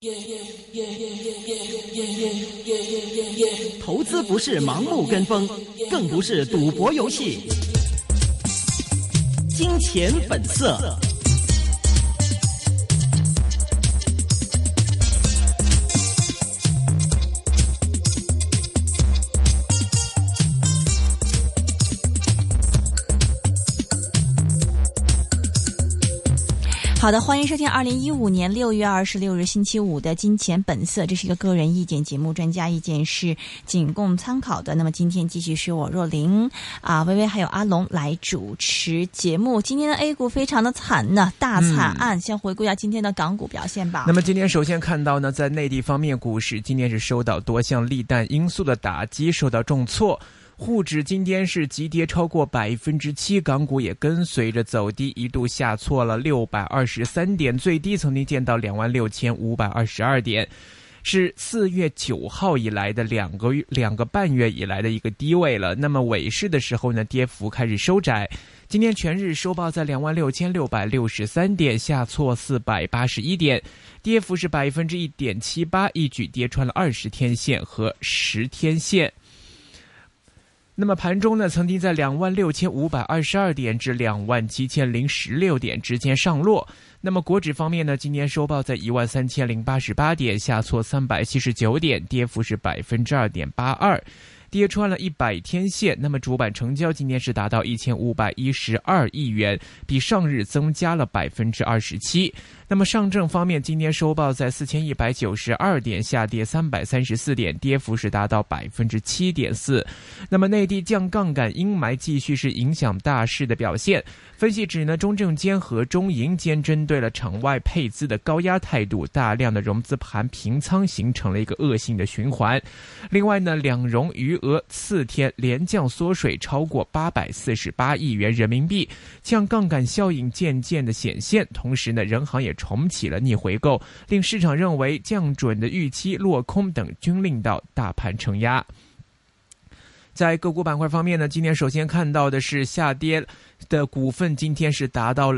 投资不是盲目跟风，更不是赌博游戏。金钱本色。 好的，欢迎收听2015年6月26日星期五的金钱本色，这是一个个人意见节目，专家意见是仅供参考的。那么今天继续是我若琳微微还有阿龙来主持节目。今天的 A 股非常的惨呢，大惨案。先回顾一下今天的港股表现吧。 那么今天首先看到呢，在内地方面，股市今天是受到多项利淡因素的打击，受到重挫。沪指今天是急跌超过 7%， 港股也跟随着走低，一度下挫了623点，最低曾经见到 26,522 点，是4月9号以来的两个半月以来的一个低位了。那么尾市的时候呢，跌幅开始收窄，今天全日收报在 26,663 点，下挫481点，跌幅是 1.78%， 一举跌穿了20天线和10天线。那么盘中呢，曾经在 26,522 点至 27,016 点之间上落。那么国指方面呢，今天收报在 13,088 点，下挫379点，跌幅是 2.82%， 跌穿了100天线。那么主板成交今天是达到1512亿元，比上日增加了 27%。那么上证方面，今天收报在 4192 点，下跌334点，跌幅是达到 7.4%。那么内地降杠杆阴霾继续是影响大市的表现。分析指呢，中证监和中银监针对了场外配资的高压态度，大量的融资盘平仓，形成了一个恶性的循环。另外呢，两融余额4天连降缩水超过848亿元人民币，降杠杆效应渐渐的显现。同时呢，人行也重启了逆回购，令市场认为降准的预期落空等，均令到大盘承压。在个股板块方面呢，今天首先看到的是下跌的股份，今天是达到了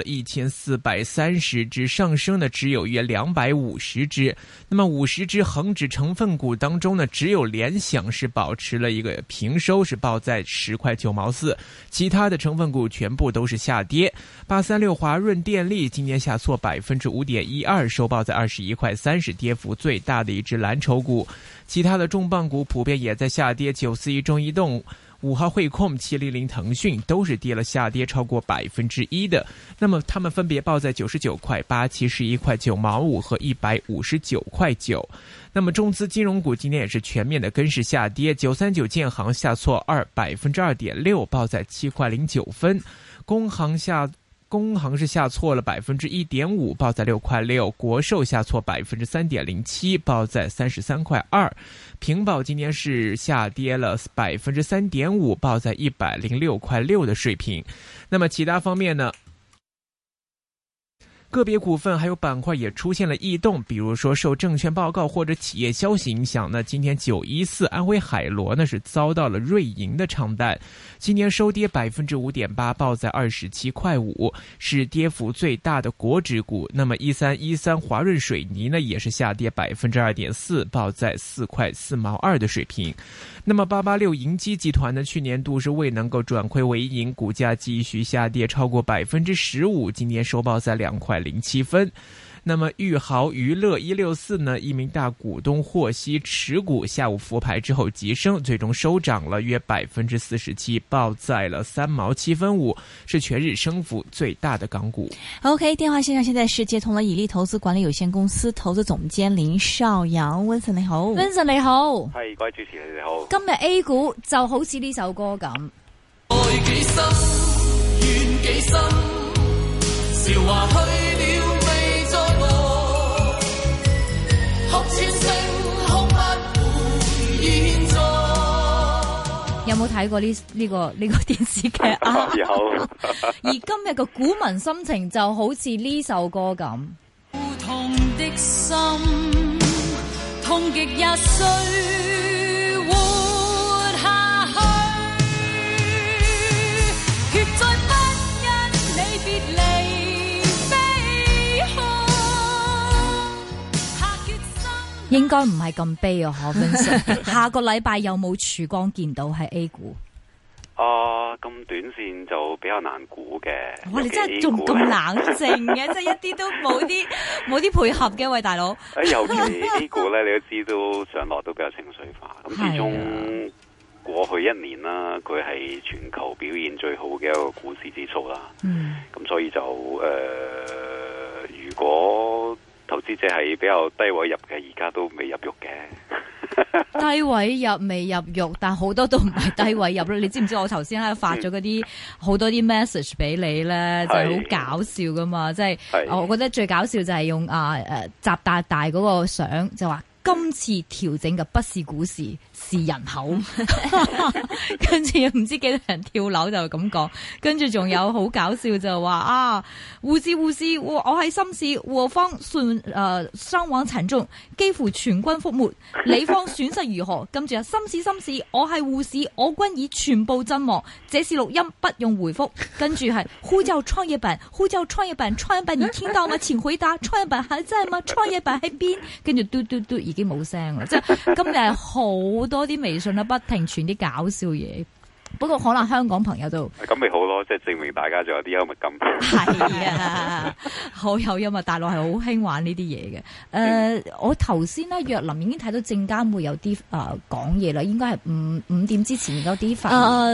1430只，上升的只有约250只。那么50只恒指成分股当中呢，只有联想是保持了一个平收，是报在10块9毛4，其他的成分股全部都是下跌。836华润电力今天下挫 5.12%， 收报在21块30，跌幅最大的一只蓝筹股。其他的重磅股普遍也在下跌，941中移动、5号汇控、700腾讯都是跌了，下跌超过 1% 的。那么他们分别报在99块8、71块9毛5和159块9。那么中资金融股今天也是全面的跟势下跌，939建行下挫 2.6%， 报在7块09分，工行是下挫了 1.5%， 报在6块6，国寿下挫 3.07%， 报在33块2，平保今天是下跌了 3.5%， 报在106块6的水平。那么其他方面呢，个别股份还有板块也出现了异动，比如说受证券报告或者企业消息影响呢，今天914安徽海螺呢是遭到了瑞银的唱淡，今天收跌 5.8%， 报在27块5，是跌幅最大的国指股。那么1313华润水泥呢也是下跌 2.4%， 报在4块4毛2的水平。那么886银基集团呢，去年度是未能够转亏为盈，股价继续下跌超过 15%， 今天收报在2块07分。那么裕豪娱乐164呢，一名大股东获悉持股下午复牌之后急升，最终收涨了约 47%， 报在了3毛7分5，是全日升幅最大的港股。 OK， 电话线上现在是接通了以利投资管理有限公司投資總監林少陽。 Vincent 你好。 Vincent 你好。 係，各位主持人你好。 今日 A 股就好似呢首歌咁， 愛幾深怨幾深，韶華去了未再來，哭千聲哭不回現在。 有冇睇過呢個電視劇啊？ 有。 而今日個股民心情就好似呢首歌咁， 痛的心痛極也需活下去，決再不因你別離飛去，下決心應該唔係咁悲啊，可 Vincent 下個禮拜有冇曙光見到喺 A 股？ 咁短線就比較難估嘅。 哇！你真係仲咁冷靜嘅，即係一啲都冇啲配合嘅，喂大佬。 尤其 A 股咧，你都知都上落都比較情緒化。咁始終過去一年啦，佢係全球表現最好嘅一個股市指數啦。咁所以就如果投資者係比較低位入嘅，而家都未入肉嘅。 低位入未入肉，但好多都唔係低位入咯。你知唔知我頭先喺度發咗嗰啲好多啲 message 俾你咧，就係好搞笑噶嘛。即係我覺得最搞笑就係用習大大嗰個相，就話今次調整嘅不是股市，是人口。跟住唔知幾多人跳樓就咁講，跟住仲有好搞笑就話護士，我喺深市，我方傷亡慘重，幾乎全軍覆沒，你方損失如何？跟住深市，我係護士，我軍已全部陣亡，這是錄音，不用回覆。跟住係呼叫創業板，創業板，你聽到嗎？請回答，創業板還在嗎？創業板喺邊？跟住嘟已經冇聲啦，即係今日係好多啲微信啦，不停傳啲搞笑嘢。不過可能香港朋友都咁咪好咯，即係證明大家仲有啲幽默感。 係啊，好有幽默，大陸係好興玩呢啲嘢嘅。我頭先咧，若林已經睇到證監會有啲講嘢啦，應該係5點之前有啲發。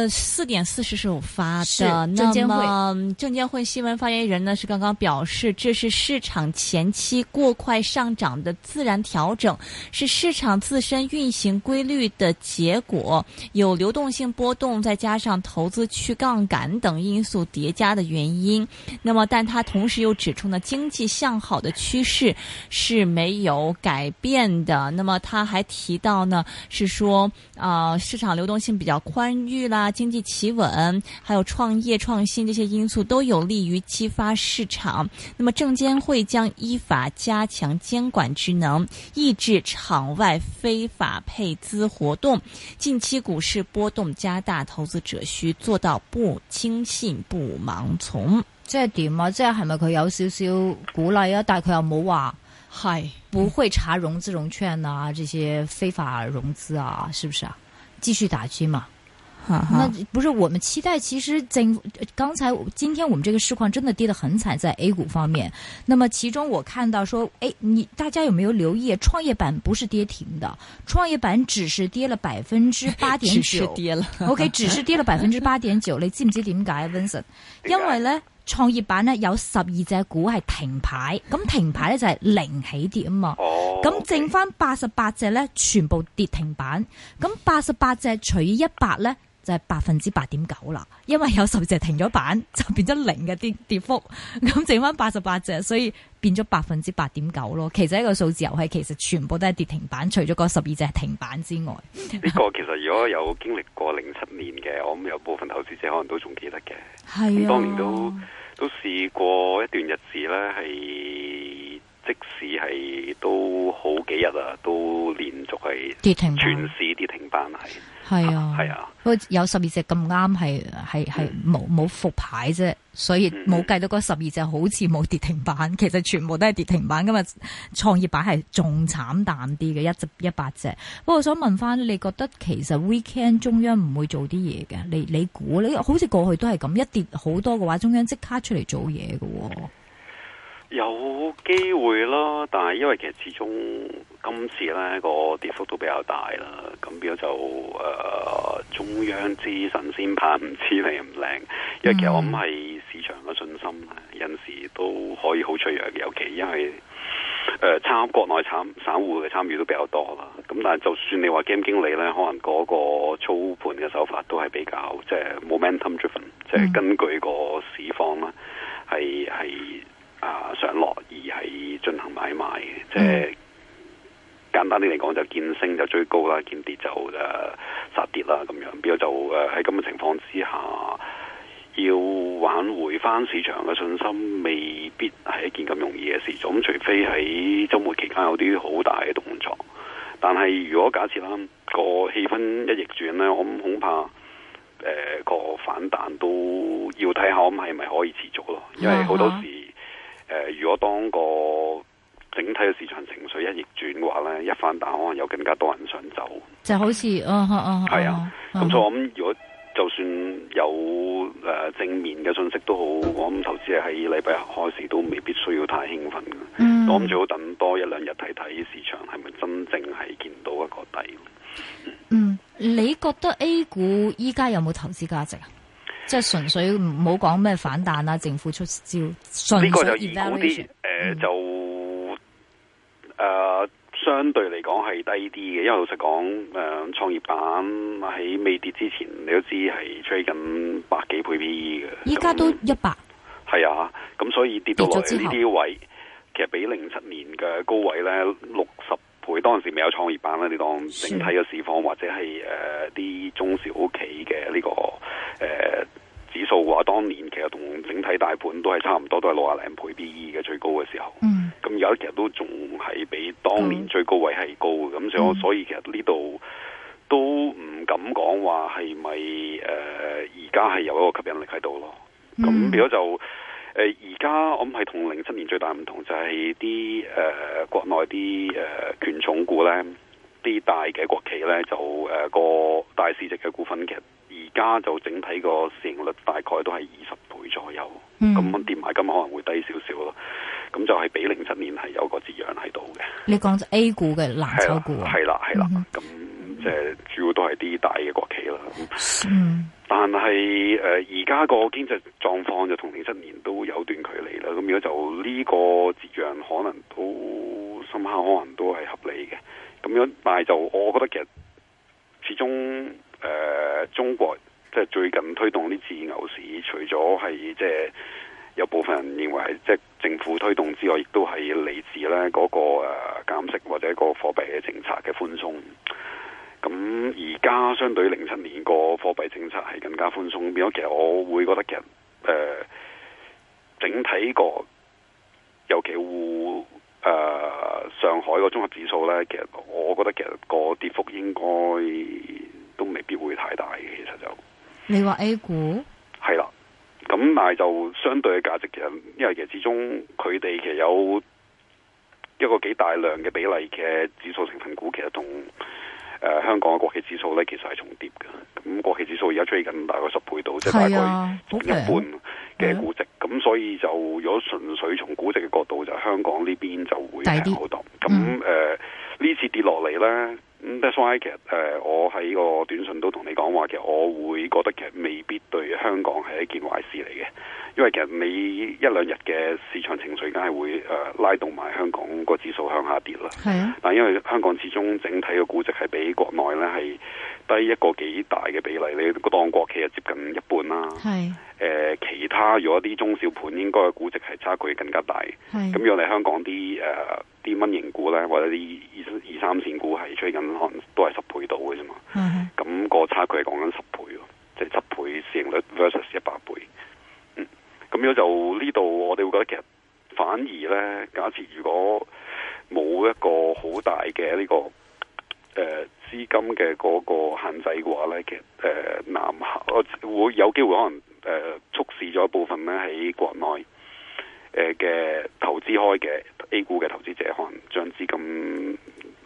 4點45發的。那麼證監會新聞發言人呢，是剛剛表示，這是市場前期過快上漲的自然調整，是市場自身運行規律的結果，有流動性波動，再加上投資去槓桿等因素疊加的原因。那麼但他同時又指出呢，經濟向好的趨勢是沒有改變的。那麼他還提到呢，是說市場流動性比較寬裕啦，經濟企穩，還有創業創新這些因素都有利於激發市場。那麼證監會將依法加強監管職能，抑制場外非法配資活動。近期股市波動加大，投資者需做到不輕信、不盲從。 即係點啊？即係係咪佢有少少鼓勵啊？但係佢又冇話係不會查融資融券啊，這些非法融資啊，是不是啊？繼續打擊嘛。那不是我們期待，其實剛才今天我們這個市況真的跌得很慘，在 A 股方面。那麼其中我看到說，大家有沒有留意？創業板不是跌停的，創業板只是跌了8.9%，只是跌了。OK， 只是跌了8.9%。你知唔知點解 ，Vincent？ 因為咧，創業板咧有12隻股係停牌，咁停牌咧就係零起跌啊嘛。咁剩翻88隻咧，全部跌停板。咁88隻除以100咧，就係8.9%啦，因為有10隻停咗板，就變咗零嘅跌幅，咁剩翻88隻，所以變咗8.9%咯。其實一個數字遊戲，其實全部都係跌停板，除咗嗰12隻停板之外。 呢個其實如果有經歷過07年嘅，我諗有部分投資者可能都仲記得嘅。係啊，當年都試過一段日子咧，係即使係都好幾日啊，都連續係跌停板，全市跌停板係啊。 不過有12隻咁啱係冇復牌啫，所以冇計到嗰12隻好似冇跌停板，其實全部都係跌停板。今日創業板係仲慘淡啲嘅100隻。不過我想問翻，你覺得其實 weekend 中央唔會做啲嘢嘅？你估你好似過去都係咁，一跌好多嘅話，中央即刻出嚟做嘢嘅。 有機會啦，但係因為其實始終今次咧個跌幅都比較大啦，咁變咗就中央之神仙牌唔知靚唔靚，因為其實我諗係市場嘅信心有陣時都可以好脆弱嘅，尤其因為國內散戶嘅參與都比較多啦。咁但係就算你話 game 經理咧，可能嗰個操盤嘅手法都係比較即係 momentum driven， 即係根據個市況啦，係上落而係進行買賣嘅，即係簡單啲嚟講就見升就追高啦，見跌就殺跌啦咁樣。變咗就喺咁嘅情況之下，要挽回翻市場嘅信心，未必係一件咁容易嘅事。咁除非喺週末期間有啲好大嘅動作，但係如果假設啦個氣氛一逆轉咧，我諗恐怕個反彈都要睇下，係咪可以持續咯？因為好多時。如果當個整體嘅市場情緒一逆轉嘅話咧，一翻彈可能有更加多人想走， 就好似係啊，咁所以我諗如果就算有正面嘅信息都好，我諗投資喺禮拜日開市都未必需要太興奮嘅。我諗最好等多一兩日睇睇市場係咪真正係見到一個底。 你覺得 A 股依家有冇投資價值啊？即係純粹唔好講咩反彈啦，政府出招， 呢個就易估啲，相對嚟講係低啲嘅，因為老實講，創業板喺未跌之前，你都知係追緊百幾倍 PE 嘅， 依家都100。 係啊，咁所以跌到落嚟呢啲位，其實比07年嘅高位咧60倍，當時未有創業板啦，你當整體嘅市況或者係啲中小企嘅呢個指數嘅話，當年其實同整體大盤都係差唔多，都係60零倍 PE 嘅最高嘅時候。咁而家其實都仲係比當年最高位係高嘅，咁所以其實呢度都唔敢講話係咪而家係有一個吸引力喺度咯。咁變咗就而家我諗係同07年最大唔同就係啲國內啲權重股咧，啲大嘅國企咧就個大市值嘅股份，其實而家就整體個市盈率大概都係20倍左右，咁跌埋咁可能會低少少咯。咁就係比07年係有個折讓喺度嘅。 你講就 A 股嘅藍籌股啊？ 係啦。咁即係主要都係啲大嘅國企啦。但係而家個經濟狀況就同07年都有段距離啦。咁如果就呢個折讓可能都深刻，可能都係合理嘅。咁樣，但係就我覺得其實始終中國即係最近推動啲自牛市，除咗係即係有部分人認為係即係政府推動之外，亦都係嚟自咧嗰個減息或者個貨幣嘅政策嘅寬鬆。咁而家相對07年個貨幣政策係更加寬鬆，變咗其實我會覺得其實整體個尤其上海個綜合指數咧，其實我覺得其實個跌幅應該都未必會太大嘅。其實就你話 A 股係啦，咁但係就相對嘅價值，其實因為其實始終佢哋其實有一個幾大量嘅比例嘅指數成分股，其實同香港嘅國企指數咧，其實係重疊嘅。咁國企指數而家追緊大概10倍到，即係大概一半嘅估值。咁所以就如果純粹從估值嘅角度，就香港呢邊就會平好多。咁呢次跌落嚟咧，that's why 其實我喺個短信都同你講話，其實我會覺得其實未必對香港係一件壞事嚟嘅。因為其實你一兩日嘅市場情緒，梗係會拉動埋香港個指數向下跌啦。係啊，但因為香港始終整體嘅估值係比國內咧係低一個幾大嘅比例，你個當國企係接近一半啦。係其他如果啲中小盤應該嘅估值係差距更加大。咁如果你香港啲蚊型股咧，或者啲二三線股係追緊，可能都係10倍到嘅啫嘛。咁個差距係講緊10倍，即係10倍市盈率 versus 100倍。咁樣就呢度，我哋會覺得其實反而咧，假設如果冇一個好大嘅呢個資金嘅嗰個限制嘅話咧，其實南下會有機會可能促使咗一部分咧喺國內嘅投資開嘅 A 股嘅投資者，可能將資金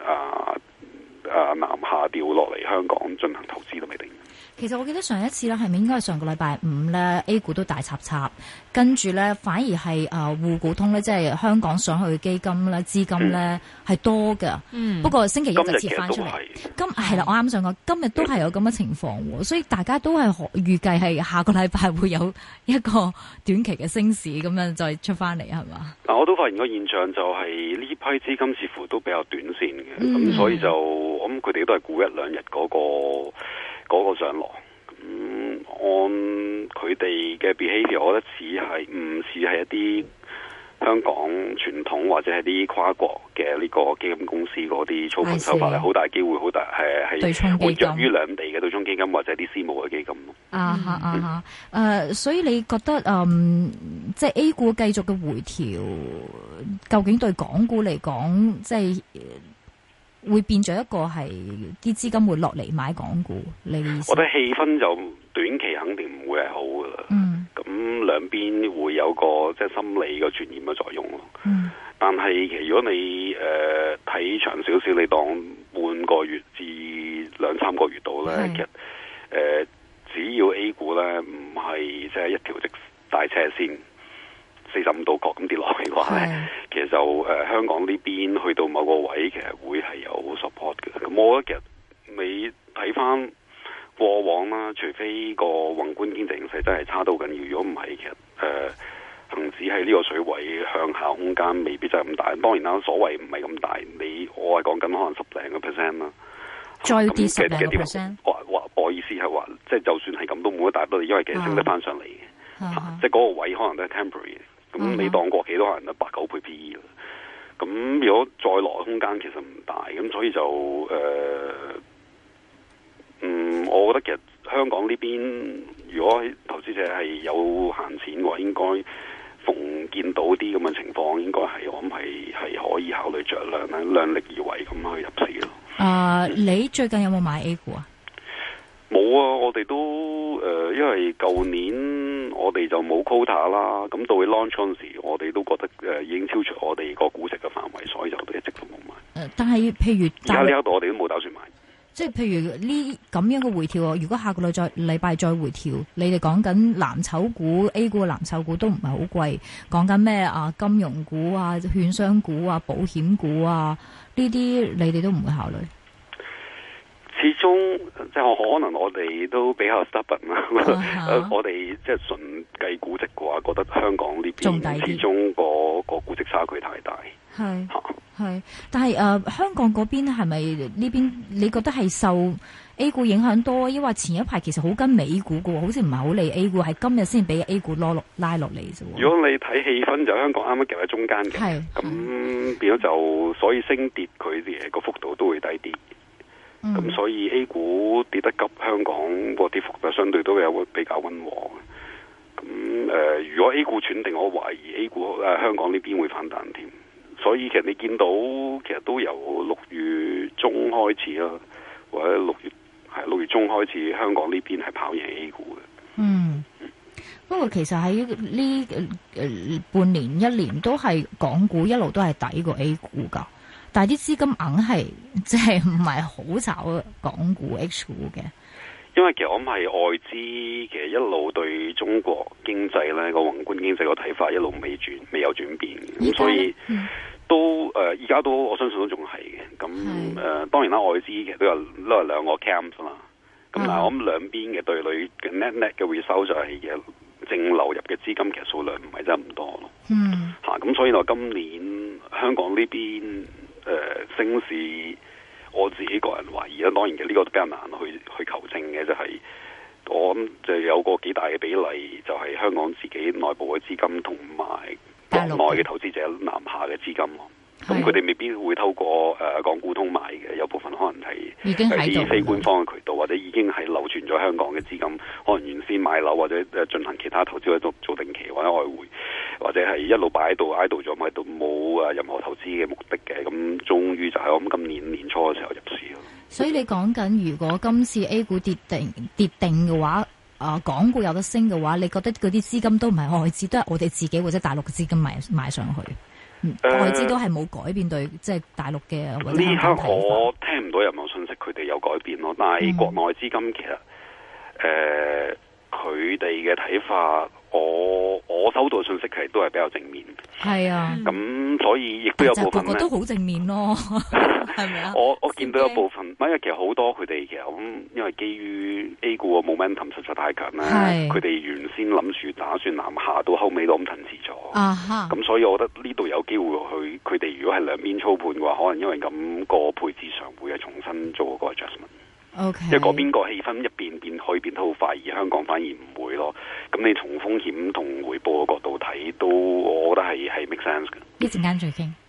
南下調落嚟香港進行投資都未定。 其實我記得上一次咧，係咪應該係上個禮拜五咧 A 股都大插插，跟住咧反而係滬股通咧，即係香港上去嘅基金咧資金咧係多嘅。不過星期一就撤翻出嚟。係啦，我啱想講，今日都係有咁嘅情況喎，所以大家都係預計係下個禮拜會有一個短期嘅升市咁樣再出翻嚟，係嘛？ 嗱，我都發現個現象就係呢批資金似乎都比較短線嘅，咁所以就我諗佢哋都係估一兩日嗰個上落。按佢哋嘅 behavior，我覺得唔似係一啲香港傳統或者係啲跨國嘅呢個基金公司嗰啲操盤手法咧，好大機會好大係活躍於兩地嘅對沖基金或者啲私募嘅基金。 所以你覺得即係 A 股繼續嘅回調，究竟對港股嚟講，即係會變咗一個係啲資金會落嚟買港股？你嘅意思？ 我覺得氣氛就短期肯定唔會係好噶啦。 咁兩邊會有個即係心理嘅傳染嘅作用咯。但係其實如果你睇長少少，你當半個月至2-3個月度咧，其實只要 A 股咧唔係即係一條直大斜線45度角咁跌落去嘅話咧，其實就香港呢邊去到某個位，其實會係有 support 嘅。咁我覺得其實你睇翻過往啦，除非個宏觀經濟形勢真係差到緊要，如果唔係，其實恒指喺呢個水位向下空間未必真係咁大。當然啦，所謂唔係咁大，我係講緊可能10零個 percent 啦， 再跌10零個 percent。 我意思係話，即係就算係咁都冇乜大不了，因為其實升得翻上嚟嘅，即係嗰個位可能都係 temporary。咁你當國企都可能得8-9倍 PE 啦。咁如果再落空間其實唔大，咁所以就我覺得其實香港呢邊如果投資者係有閒錢嘅話，應該逢見到啲咁嘅情況，應該係我諗係可以考慮着量力而為咁去入市咯。 你最近有冇買 A 股啊？ 冇啊，我哋都因為舊年我哋就冇 quota 啦，咁到佢 launch 嗰陣時，我哋都覺得已經超出我哋個估值嘅範圍，所以就一直都冇買。 但係譬如而家呢一度我哋都冇打算買。 即係譬如呢咁樣嘅回調，如果下個禮拜再回調，你哋講緊藍籌股 A 股嘅藍籌股都唔係好貴，講緊咩金融股啊、券商股啊、保險股啊呢啲，你哋都唔會考慮。 始終即係可能我哋都比較 stubborn 啦。我哋即係純計估值嘅話，覺得香港呢邊始終個估值差距太大。 係，但係香港嗰邊係咪呢邊？你覺得係受 A 股影響多？抑或前一排其實好跟美股嘅，好似唔係好理 A 股，係今日先俾 A 股拉落嚟啫。 如果你睇氣氛，就香港啱啱夾喺中間嘅，咁變咗就所以升跌佢哋個幅度都會低啲。咁所以 A 股跌得急，香港個跌幅就相對都有會比較溫和。咁如果 A 股轉定，我懷疑 A 股香港呢邊會反彈添。所以其實你見到其實都由6月中開始啦，或者6月中開始，香港呢邊係跑贏 A 股嘅。 不過其實喺呢半年1年都係港股一路都係抵過 A 股噶。但係啲資金硬係即係唔係好炒港股 H 股嘅， 因為其實我諗係外資其實一路對中國經濟咧個宏觀經濟個睇法一路未有轉變，咁所以都而家都我相信都仲係嘅。咁當然啦，外資其實都係兩個 camp 啦。咁但係我諗兩邊嘅對壘嘅 net 嘅 result 就係淨流入嘅資金其實數量唔係真係咁多咯。咁所以我今年香港呢邊升市，我自己個人懷疑啦。當然嘅呢個都比較難去求證嘅，就係我諗就有個幾大嘅比例，就係香港自己內部嘅資金同埋國內嘅投資者南下嘅資金咯。咁佢哋未必會透過港股通買嘅，有部分可能係啲非官方嘅渠道，或者已經係流傳咗香港嘅資金，可能原先買樓或者進行其他投資，或者做定期或者外匯，或者係一路擺喺度，idle咗喺度冇任何投資嘅目的嘅。咁終於就係我諗今年年初嘅時候入市咯。 所以你講緊如果今次 A 股跌定嘅話，港股有得升嘅話，你覺得嗰啲資金都唔係外資，都係我哋自己或者大陸嘅資金買上去？外資都係冇改變對即係大陸嘅或者香港睇法。呢刻我聽唔到任何信息，佢哋有改變咯。但係國內資金其實佢哋嘅睇法，我收到嘅信息係都係比較正面。係啊，咁所以亦都有部分個個都好正面咯，係咪啊？ 我見到有部分，因為其實好多佢哋其實咁，因為基於 A 股嘅 momentum 實在太強啦，佢哋原先諗住打算南下，到後尾都咁騰遲咗。咁所以我覺得呢度有機會去，佢哋如果係兩邊操盤嘅話，可能因為咁個配置上會係重新做個 adjustment。因為嗰邊個氣氛一變可以變得好快，而香港反而唔會咯。咁你從風險同回報嘅角度睇，都我覺得係make sense 嘅。 一陣間再傾。